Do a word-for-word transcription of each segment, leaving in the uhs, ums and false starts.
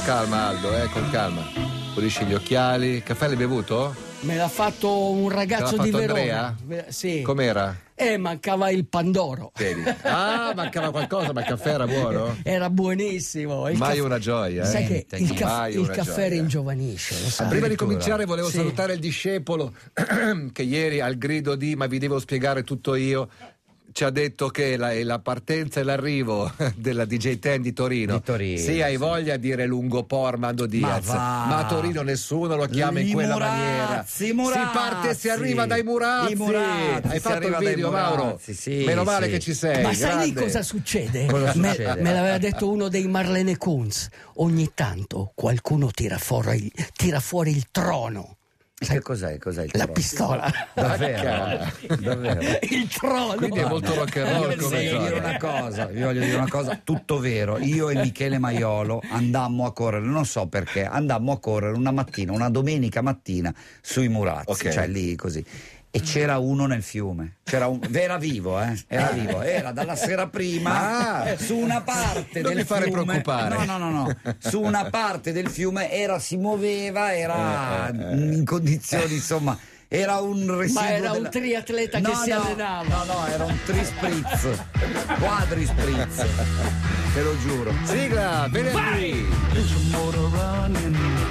calma Aldo, eh, con calma. Pulisci gli occhiali. Caffè l'hai bevuto? Me l'ha fatto un ragazzo di Verona. Andrea? Sì. Com'era? Eh, mancava il Pandoro. Vedi. Ah, mancava qualcosa, ma il caffè era buono? Era buonissimo. Il Mai caff- una gioia, eh? Sai che il, caff- Mai il una caffè gioia. ringiovanisce, lo sai. Prima di cominciare volevo Sì. salutare il discepolo che ieri al grido di "ma vi devo spiegare tutto io" ci ha detto che la, la partenza e l'arrivo della D J Ten di Torino, Di Torino, sì, hai sì. voglia a dire lungo po' Armando Diaz, va. ma a Torino nessuno lo chiama in I quella Murazzi, maniera. i Murazzi. Si parte e si arriva dai Murazzi. I Murazzi, Hai si fatto il arriva dai video, Murazzi, Mauro? sì, Meno male sì. che ci sei. Ma sai lì grande. cosa succede? Cosa Me, succede? me l'aveva detto uno dei Marlene Kunz. Ogni tanto qualcuno tira fuori, tira fuori il trono. Che cos'è? Cos'è il La trono? pistola. Davvero? Davvero? Il trono. Quindi è molto rock and roll Io vi come voglio dire gioco. una cosa, vi voglio dire una cosa, tutto vero. Io e Michele Maiolo andammo a correre, non so perché, andammo a correre una mattina, una domenica mattina sui Murazzi, Ok. cioè lì così. E c'era uno nel fiume, c'era un, era vivo, eh? Era vivo, era dalla sera prima Ah. su una parte Non del mi fare fiume. preoccupare. No, no, no, no. Su una parte del fiume era, si muoveva, era in condizioni, insomma. Era un residuo. Ma era un della- triatleta che No, si no, allenava. No, no, era un trispritz. Quadrispritz. Te lo giuro. Sigla, venerdì. There's a motor running.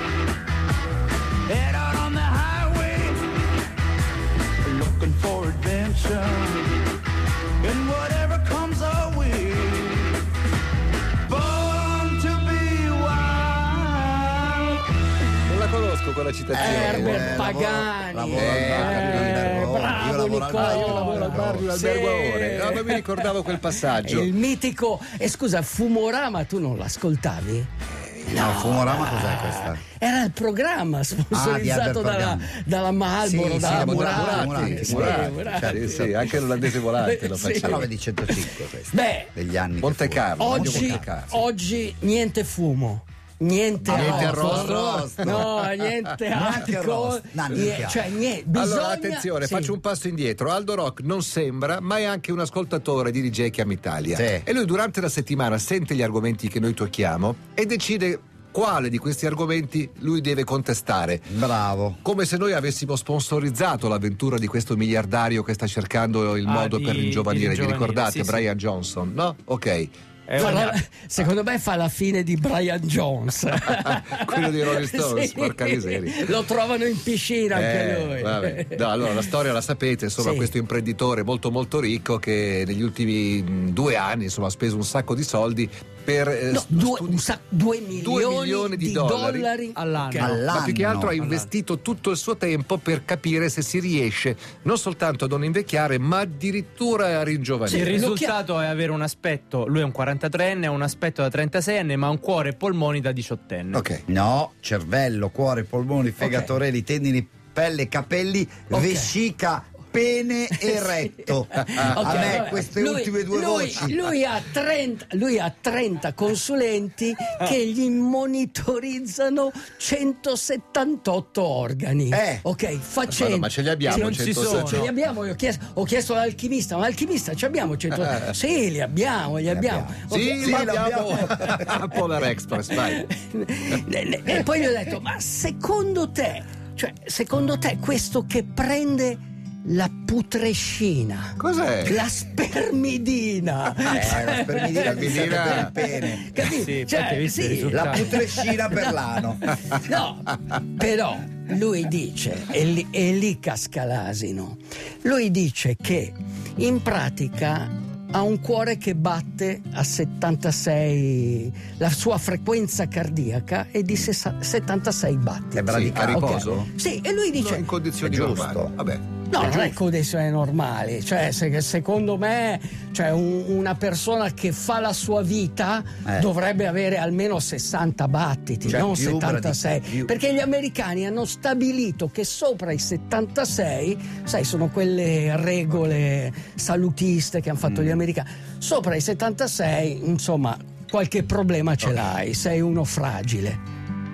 Head out on the highway, looking for adventure, and whatever comes our way. Born to be wild. Non la conosco quella citazione. Herbert Eh, Pagani. lavoro- Eh, lavoro al bar di Albergo. bravo, Io lavoro al Nicola. bar- Io lavoro al bar di un Sì. albergo a ore. No, ma mi ricordavo quel passaggio. Il mitico. E scusa, Fumorama tu non l'ascoltavi? No, Fumorama cos'è questa? Era il programma sponsorizzato Albert dalla, Pagani. dalla Marlboro, Sì, sì, dalla da Muratti. Muratti, Sì, Muratti, Muratti. Sì, sì, anche l'olandese volante lo Sì. faceva. nove di centocinque questa. Beh, Degli anni. che Monte fu. Carlo. oggi, Monte Carlo. oggi niente fumo. Niente, Niente arrosto. arrosto. No, niente Neanche alcol. arrosto. No, Nie- minchia. cioè, niente, bisogna, Allora attenzione, sì. faccio un passo indietro. Aldo Rock non sembra, ma è anche un ascoltatore di D J Chiama Italia. Sì. E lui durante la settimana sente gli argomenti che noi tocchiamo e decide quale di questi argomenti lui deve contestare. Bravo. Come se noi avessimo sponsorizzato l'avventura di questo miliardario che sta cercando il Ah, modo di- per ringiovanire. di Vi ricordate? ringiovanire, sì, Brian Johnson, no? Ok. È Fa una- la- secondo me fa la fine di Brian Jones. Quello dei Rolling Stones, Sì. porca miseria. Lo trovano in piscina anche Eh, lui. vabbè. No, allora la storia la sapete, insomma, Sì. questo imprenditore molto molto ricco che negli ultimi mh, due anni insomma ha speso un sacco di soldi per eh, No, stu- due, studi- un sac- due milioni, due milioni di dollari all'anno. Ok. All'anno. ma più che altro ha All'anno. investito tutto il suo tempo per capire se si riesce non soltanto a non invecchiare ma addirittura a Il ringiovanire. risultato è avere un aspetto, lui è un quarantatreenne, ha un aspetto da trentaseienne, ma un cuore e polmoni da diciottenne. Ok. No, cervello, cuore, polmoni, fegato, Ok. orelli, tendini, pelle, capelli, Ok. vescica, pene e retto. Ok, A me vabbè. queste Lui- ultime due lui, voci. Lui ha, trenta, lui ha trenta consulenti che gli monitorizzano centosettantotto organi. Eh. Ok, facendo. Madonna, ma ce li abbiamo, Sì, non ci centosettanta. sono. Ce li abbiamo, io ho chiesto, ho chiesto all'alchimista, ma alchimista ci abbiamo cento. Sì, li abbiamo, li abbiamo. abbiamo. Sì, Ok, li ma- abbiamo. Polar Express, vai. E poi gli ho detto, ma secondo te, cioè, secondo te questo che prende la putrescina, Cos'è? la spermidina, Eh, la spermidina La ti serve per il pene. capito? Sì, Cioè, infatti hai visto i sì. risultati. La putrescina per l'ano. No, però lui dice, e lì, e lì casca l'asino, lui dice che in pratica ha un cuore che batte a settantasei, la sua frequenza cardiaca è di sessa- settantasei battiti. È bradicardo. a riposo? Ok. Sì, e lui dice... No, in condizioni È giusto. normali. Vabbè. No, non è condizioni normali, cioè se- secondo me cioè, un- una persona che fa la sua vita Eh. dovrebbe avere almeno sessanta battiti, Cioè, non più settantasei, bradi- più- perché gli americani hanno stabilito che sopra i settantasei, sai, sono quelle regole salutiste che hanno fatto Mm. gli americani, sopra i settantasei, insomma, qualche problema ce l'hai, sei uno fragile.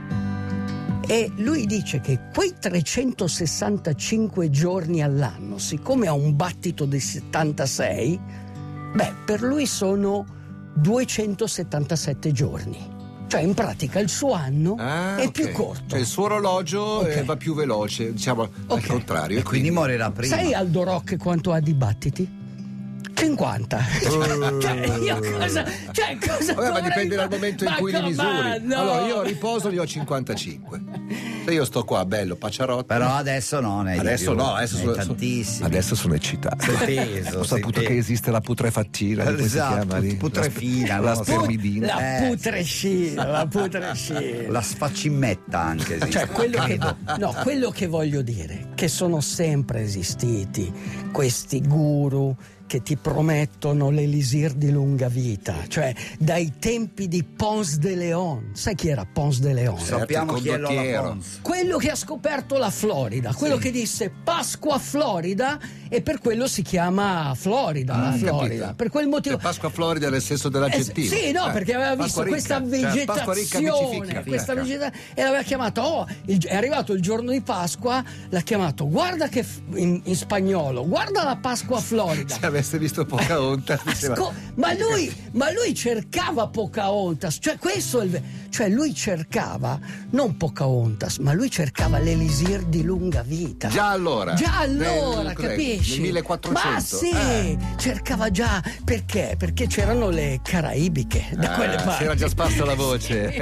E lui dice che quei trecentosessantacinque giorni all'anno, siccome ha un battito di settantasei, beh, per lui sono duecentosettantasette giorni. Cioè in pratica il suo anno Ah, è ok. più corto. Cioè il suo orologio Ok. eh, va più veloce, diciamo al Ok. contrario. E quindi morirà prima. Sai Aldo Rock quanto ha dibattiti? cinquanta. Cioè, io cosa, cioè, cosa Vabbè, ma dovrei dipende dal fa- momento in Ma cui li co- misuri. ma no. Allora, io a riposo li ho cinquantacinque. Se io sto qua, bello, pacciarotto. Però adesso no, ne hai di Adesso più. no, adesso Ne sono, hai tantissimi. adesso sono eccitato. Sei teso, Ho sei saputo teso. che esiste la putrefattina, come Esatto, si chiama lì? putrefina, la, la no? spermidina. La Eh, putrescina, la putrescina. La sfacimmetta anche esiste. Cioè, quello che, Credo. no, quello che voglio dire, che sono sempre esistiti questi guru che ti promettono l'elisir di lunga vita, cioè dai tempi di Ponce de Leon. Sai chi era Ponce de Leon? Certo, Sappiamo il chi è Lola condottiero. Pons. Quello che ha scoperto la Florida, quello che disse Pasqua Florida, e per quello si chiama Florida, la Ah, Florida. capito. Per quel motivo. Cioè, Pasqua Florida nel senso Eh, dell'aggettivo. sì, no, Eh, perché aveva Pasqua visto ricca. questa Cioè, Pasqua ricca vegetazione, amici questa ficca. vegeta- e l'aveva chiamata, oh, il- è arrivato il giorno di Pasqua, l'ha chiamato, guarda che f- in, in spagnolo, guarda la Pasqua Florida. Se avesse visto Pocahontas diceva, Asco- ma, lui, ma lui cercava Pocahontas, cioè questo è il ve- cioè lui cercava non Pocahontas, ma lui cercava l'elisir di lunga vita. già allora. Già allora, Nel- cos'è? capisci? Nel millequattrocento. Ma sì, Eh. cercava già, perché? Perché c'erano le caraibiche da Ah, quelle parti. si era già sparsa la voce.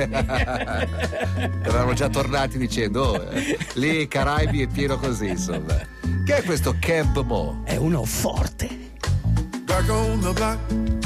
Erano già tornati dicendo, oh, eh, lì Caraibi è pieno così, insomma. Che è questo Keb Mo? È uno forte. Back on the block.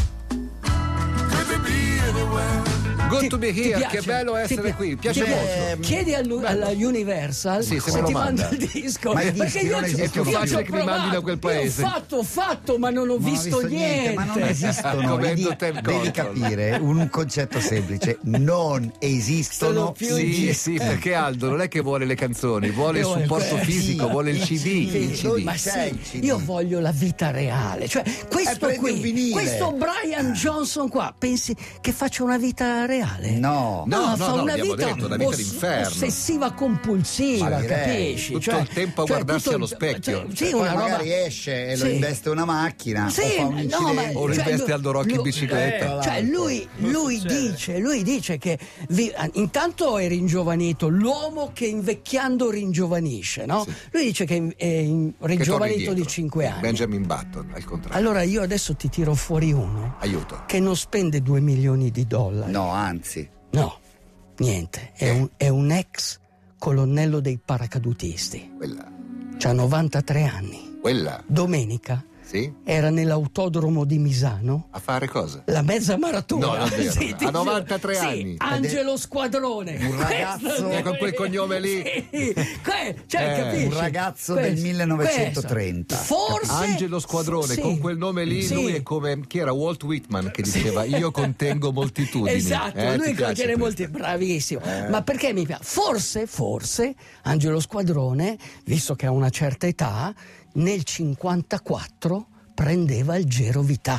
Could they be anywhere? Good Ti- to be ti here, piace? che bello Ti essere pi- qui, ti piace piace? molto. Chiedi allu- alla Universal Sì, se se me lo ti manda. manda il disco. Ma i perché dischi io non ci- esistono io più. ci ho Facile che mi mandino provato. a quel Io paese. ho fatto, ho fatto, ma non ho Non ho visto, niente. ma non esistono. Come Devi, Totem devi Control. capire un concetto semplice: non esistono. Sono più Sì, di- sì, perché Aldo non è che vuole le canzoni, vuole il Io- supporto eh, fisico, sì, vuole il C D. sì, Il C D. Ma c'è sì, il C D. io voglio la vita reale, cioè questo prendi un qui, vinile. questo Brian Johnson qua, pensi che faccia una vita reale? No. No, no, fa no, una abbiamo vita, detto, una vita oss- d'inferno. ossessiva compulsiva, Ma direi, capisci? tutto Cioè- il tempo a cioè guardarsi tutto- allo specchio. cioè, sì, Poi una roba. magari esce e lo Sì. investe una macchina Sì, o fa un no, incidente. ma- O lo cioè, investe lui- Aldo Rock in lui- bicicletta. eh, cioè lui, lui dice, lui dice che vi- intanto è ringiovanito, l'uomo che invecchiando ringiovanisce, no? Lui dice che è in- Che torni ringiovanito dietro. di cinque anni. Benjamin Button, al contrario. Allora io adesso ti tiro fuori uno Aiuto. che non spende due milioni di dollari. No, anzi. No, niente, è un, è un ex colonnello dei paracadutisti. Quella. C'ha novantatré anni. Quella. Domenica Sì? era nell'autodromo di Misano. A fare cosa? La mezza maratona. No, non è vero. Sì, Ha ti giuro. novantatré Sì, anni. Angelo Squadrone. Un ragazzo- Questo- Eh, con quel cognome lì. Sì. Que- cioè, Eh, capisci? un ragazzo Questo- del millenovecentotrenta. questo. Forse Angelo Squadrone, sì. con quel nome lì, Sì. lui è come chi era Walt Whitman che diceva io contengo moltitudini. Esatto, Eh, lui ti piace contiene questo? molti, bravissimo. Ma perché mi piace? Forse, forse Angelo Squadrone, visto che ha una certa età, nel cinquantaquattro prendeva il Giro Vital.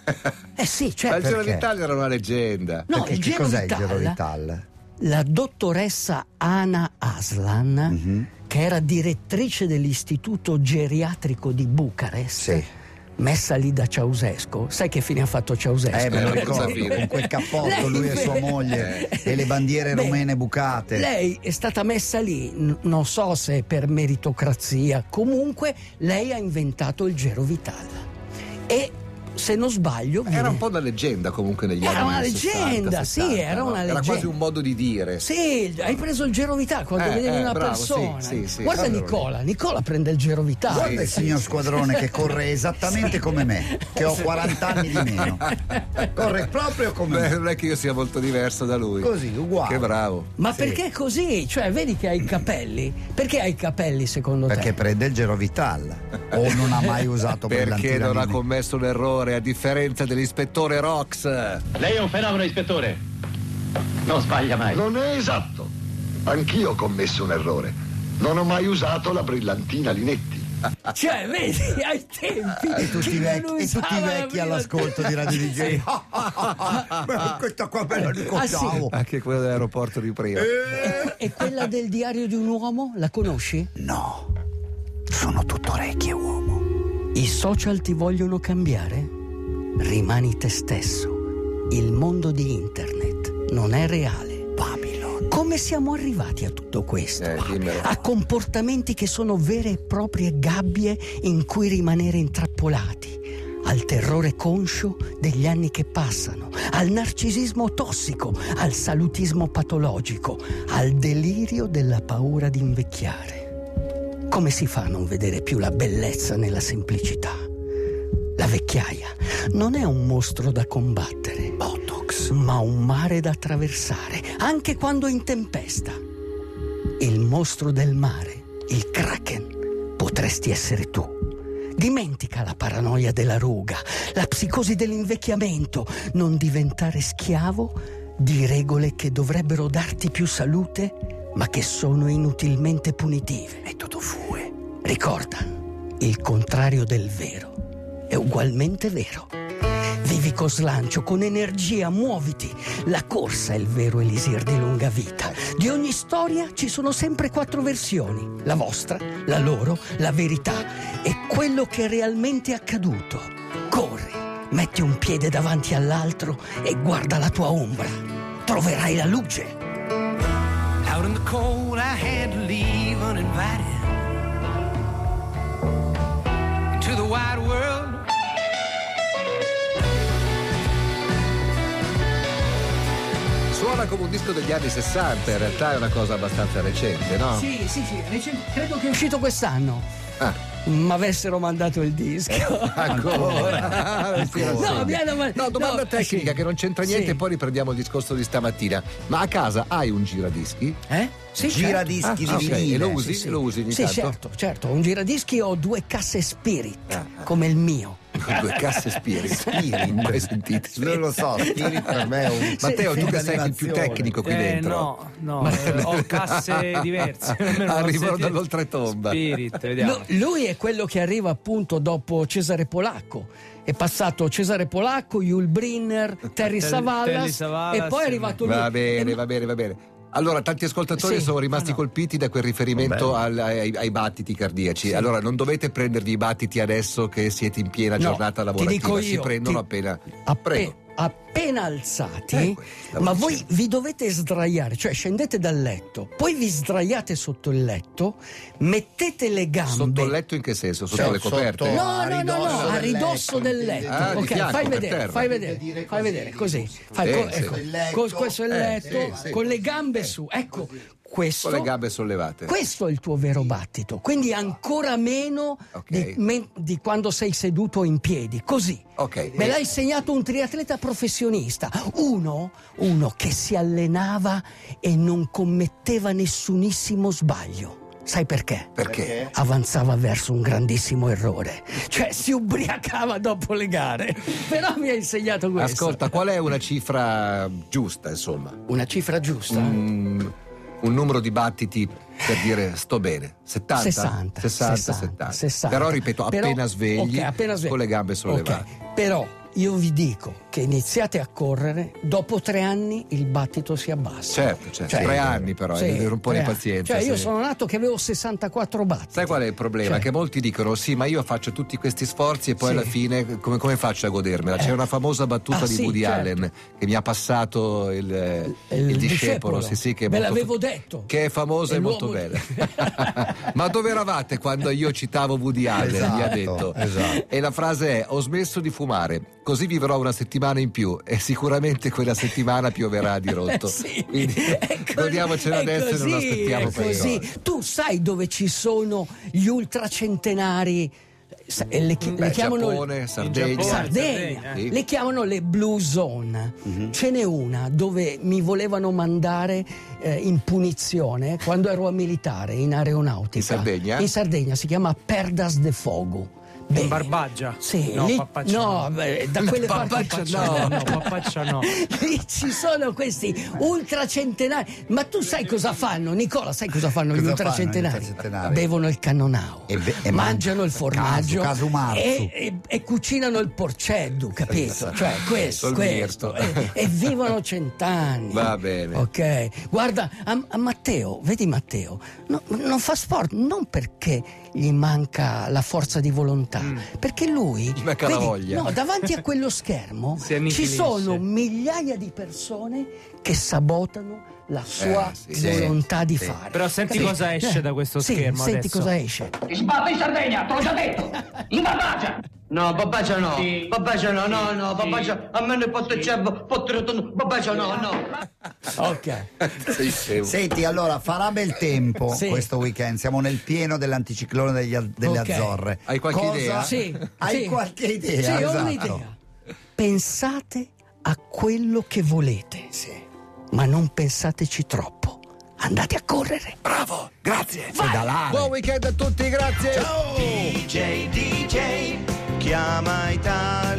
Eh sì, Ma cioè il Giro perché? d'Italia era una leggenda. no, Perché il che Giro cos'è Vital, il Giro Vital? La dottoressa Ana Aslan, Mhm. che era direttrice dell'istituto geriatrico di Bucarest, Sì. messa lì da Ceausescu. Sai che fine ha fatto Ceausescu? Eh, me lo Eh, ricordo, cosa fine? con quel cappotto, Lei- lui e sua moglie e le bandiere Beh, rumene bucate. Lei è stata messa lì, n- non so se per meritocrazia, comunque lei ha inventato il Giro Vital. E se non sbaglio Era viene- un po' una leggenda comunque negli Era anni una sessanta, leggenda, sì, settanta, era no? una Era leggenda. quasi un modo di dire. Sì, hai preso il Giro Vital quando Eh, vedevi eh, una bravo, persona. sì, sì, sì. Guarda Guardalo Nicola, Nicola prende il Giro Vital. Guarda il signor Squadrone che corre esattamente come me, che ho quaranta anni di meno. Corre proprio come Beh, me. non è che io sia molto diverso da lui. Così, uguale. Che bravo. Ma perché così? Cioè, vedi che hai i capelli? Perché hai i capelli secondo Perché te? prende il Giro Vital. O non ha mai usato Perché brillantina non ha linea. commesso un errore a differenza dell'ispettore Rox. Lei è un fenomeno, ispettore. Non sbaglia mai. Non è esatto. Anch'io ho commesso un errore. Non ho mai usato la brillantina Linetti. Cioè, vedi, ai tempi. E tutti, chi i vecchi, non e tutti i usava la vecchi prima- all'ascolto di Radio D J. Beh, questa qua me la ricordavo. Anche quello dell'aeroporto di prima. E, e quella del diario di un uomo, la conosci? No, sono tutto orecchie, uomo. I social ti vogliono cambiare? Rimani te stesso. Il mondo di internet non è reale. Come siamo arrivati a tutto questo? Eh, dimmelo. A comportamenti che sono vere e proprie gabbie in cui rimanere intrappolati, al terrore conscio degli anni che passano, al narcisismo tossico, al salutismo patologico, al delirio della paura di invecchiare. Come si fa a non vedere più la bellezza nella semplicità? La vecchiaia non è un mostro da combattere, Botox, ma un mare da attraversare, anche quando è in tempesta. Il mostro del mare, il Kraken, potresti essere tu. Dimentica la paranoia della ruga, la psicosi dell'invecchiamento, non diventare schiavo di regole che dovrebbero darti più salute, ma che sono inutilmente punitive. Metodo Fue. Ricorda, il contrario del vero è ugualmente vero. Vivi con slancio, con energia, muoviti. La corsa è il vero elisir di lunga vita. Di ogni storia ci sono sempre quattro versioni: la vostra, la loro, la verità e quello che è realmente accaduto. Corri, metti un piede davanti all'altro e guarda la tua ombra. Troverai la luce. Out in the cold I had to leave uninvited into the wide world. Suona come un disco degli anni sessanta, in realtà è una cosa abbastanza recente, no? Sì, sì, sì, recen- credo che è uscito quest'anno. Ah. Ma avessero mandato il disco. Ancora? No, abbiamo- No, domanda no, tecnica sì. che non c'entra niente, Sì. e poi riprendiamo il discorso di stamattina. Ma a casa hai un giradischi? Eh? Sì, Giradischi Ah, di ok, vinile. e lo usi? Sì, sì. Lo usi ogni Sì, tanto? certo, certo. Un giradischi ho due casse Spirit, Ah, come il mio. Due casse Spirit. Spirit, mai sentite? Non lo so, Spirit per me è un Matteo, tu film che sei il più d'animazione. tecnico qui Eh, dentro. no, no, eh, ho casse diverse. almeno ho Arrivano sentito- dall'oltretomba. Spirit, vediamo. Lu- lui è quello che arriva appunto dopo Cesare Polacco. È passato Cesare Polacco, Yul Brynner, Terry Savalas, Terry Savalas, e poi è sì. arrivato lui. Va bene, E- va bene, va bene. Allora, tanti ascoltatori Sì. sono rimasti Ah, no. colpiti da quel riferimento al- ai, ai battiti cardiaci. Allora, non dovete prendervi i battiti adesso che siete in piena No, giornata ti lavorativa, dico si io, prendono ti- appena. Appe- Prego. appena alzati, Eh, stavo ma voi dicendo. vi dovete sdraiare, cioè scendete dal letto, poi vi sdraiate sotto il letto, mettete le gambe Sotto il letto in che senso? Sotto Cioè, le coperte? sotto- No, a no, no, no, ridosso a del ridosso letto, del intende letto. Ah, di ok, fianco, fai per vedere, terra. fai Intende vedere, dire fai così, vedere così. Fai Sì, co- sì. ecco, Il letto. co- questo è il Eh, letto, sì, sì. con le gambe su. Ecco, questo Con le gambe sollevate. questo è il tuo vero battito, quindi ancora meno Ok. di, me- di quando sei seduto in piedi, così. Ok. Me l'ha insegnato un triatleta professionista, uno, uno che si allenava e non commetteva nessunissimo sbaglio. Sai perché? Perché? Avanzava verso un grandissimo errore, cioè si ubriacava dopo le gare. Però mi ha insegnato questo. Ascolta, qual è una cifra giusta, insomma? Una cifra giusta? Mm, un numero di battiti per dire sto bene. settanta? sessanta, sessanta, sessanta, settanta. sessanta. Però ripeto, Però- appena svegli, ok, appena svegli. con le gambe sollevate. Ok, però io vi dico che iniziate a correre, dopo tre anni il battito si abbassa. Certo, certo. Cioè, tre anni però, sì, devi avere un po' tre di anni. pazienza. Cioè, io sì. sono nato che avevo sessantaquattro battiti. Sai qual è il problema? Cioè- Che molti dicono sì, ma io faccio tutti questi sforzi e poi Sì. alla fine come, come faccio a godermela? C'è una famosa battuta Ah, di sì, Woody certo. Allen che mi ha passato il, il, Il discepolo, discepolo. sì, sì, che è Ve molto- l'avevo detto. che è famosa È e molto l'uomo- bella. Ma dove eravate quando io citavo Woody Allen? Mi ha Esatto, detto. esatto. E la frase è: ho smesso di fumare, così vivrò una settimana in più e sicuramente quella settimana pioverà di rotto. Eh sì, Quindi è così, godiamocelo è adesso e non così, aspettiamo è poi. così. Tu sai dove ci sono gli ultracentenari? Sa- e le, chi- Beh, le chiamano Giappone, Sardegna. Giappone. Sardegna, Sardegna, sì. le chiamano le Blue Zone. Ce n'è una dove mi volevano mandare eh, in punizione quando ero a militare in aeronautica. In Sardegna? In Sardegna, si chiama Perdas de Fogo. In Bene. Barbaggia? Sì, No, lì- Pappaccia no, beh, da quelle parti Pappaccia no, no, Pappaccia no. Lì ci sono questi ultracentenari. Ma tu sai cosa fanno, Nicola? Sai cosa fanno Cosa gli fanno gli ultracentenari? ultracentenari? Bevono il cannonau, E be- e mangiano il formaggio casu- casumarzu. e, e- e cucinano il porceddu, capito? Cioè questo, Sul questo. mirto. E, e vivono cent'anni. Va bene. Ok, guarda, a, a Matteo, vedi Matteo, no- non fa sport non perché gli manca la forza di volontà, Mm. perché lui Gli manca la vedi, voglia. no, davanti a quello schermo Si ci annichilisce. sono migliaia di persone che sabotano la sua Eh, sì, volontà di sì. fare. Però senti Capito? cosa esce da questo sì, schermo senti adesso. cosa esce. Ti sbatto in Sardegna, te l'ho già detto! In Barbagia! No, Babbagia no, Sì. Babbagia no, no, no, Sì. Babbagia, a me ne posso c'è, potrò, Babbagia no, no. Ok. Sei scemo. Senti, allora farà bel tempo Sì. questo weekend, siamo nel pieno dell'anticiclone degli A- delle Ok. Azzorre. Hai qualche Cosa- idea? Sì, Hai sì. qualche idea? Sì, ho Esatto. un'idea. Pensate a quello che volete, ma non pensateci troppo. Andate a correre. Bravo, grazie. Pedalare. Buon weekend a tutti, grazie. D J, D J, chiama Italia.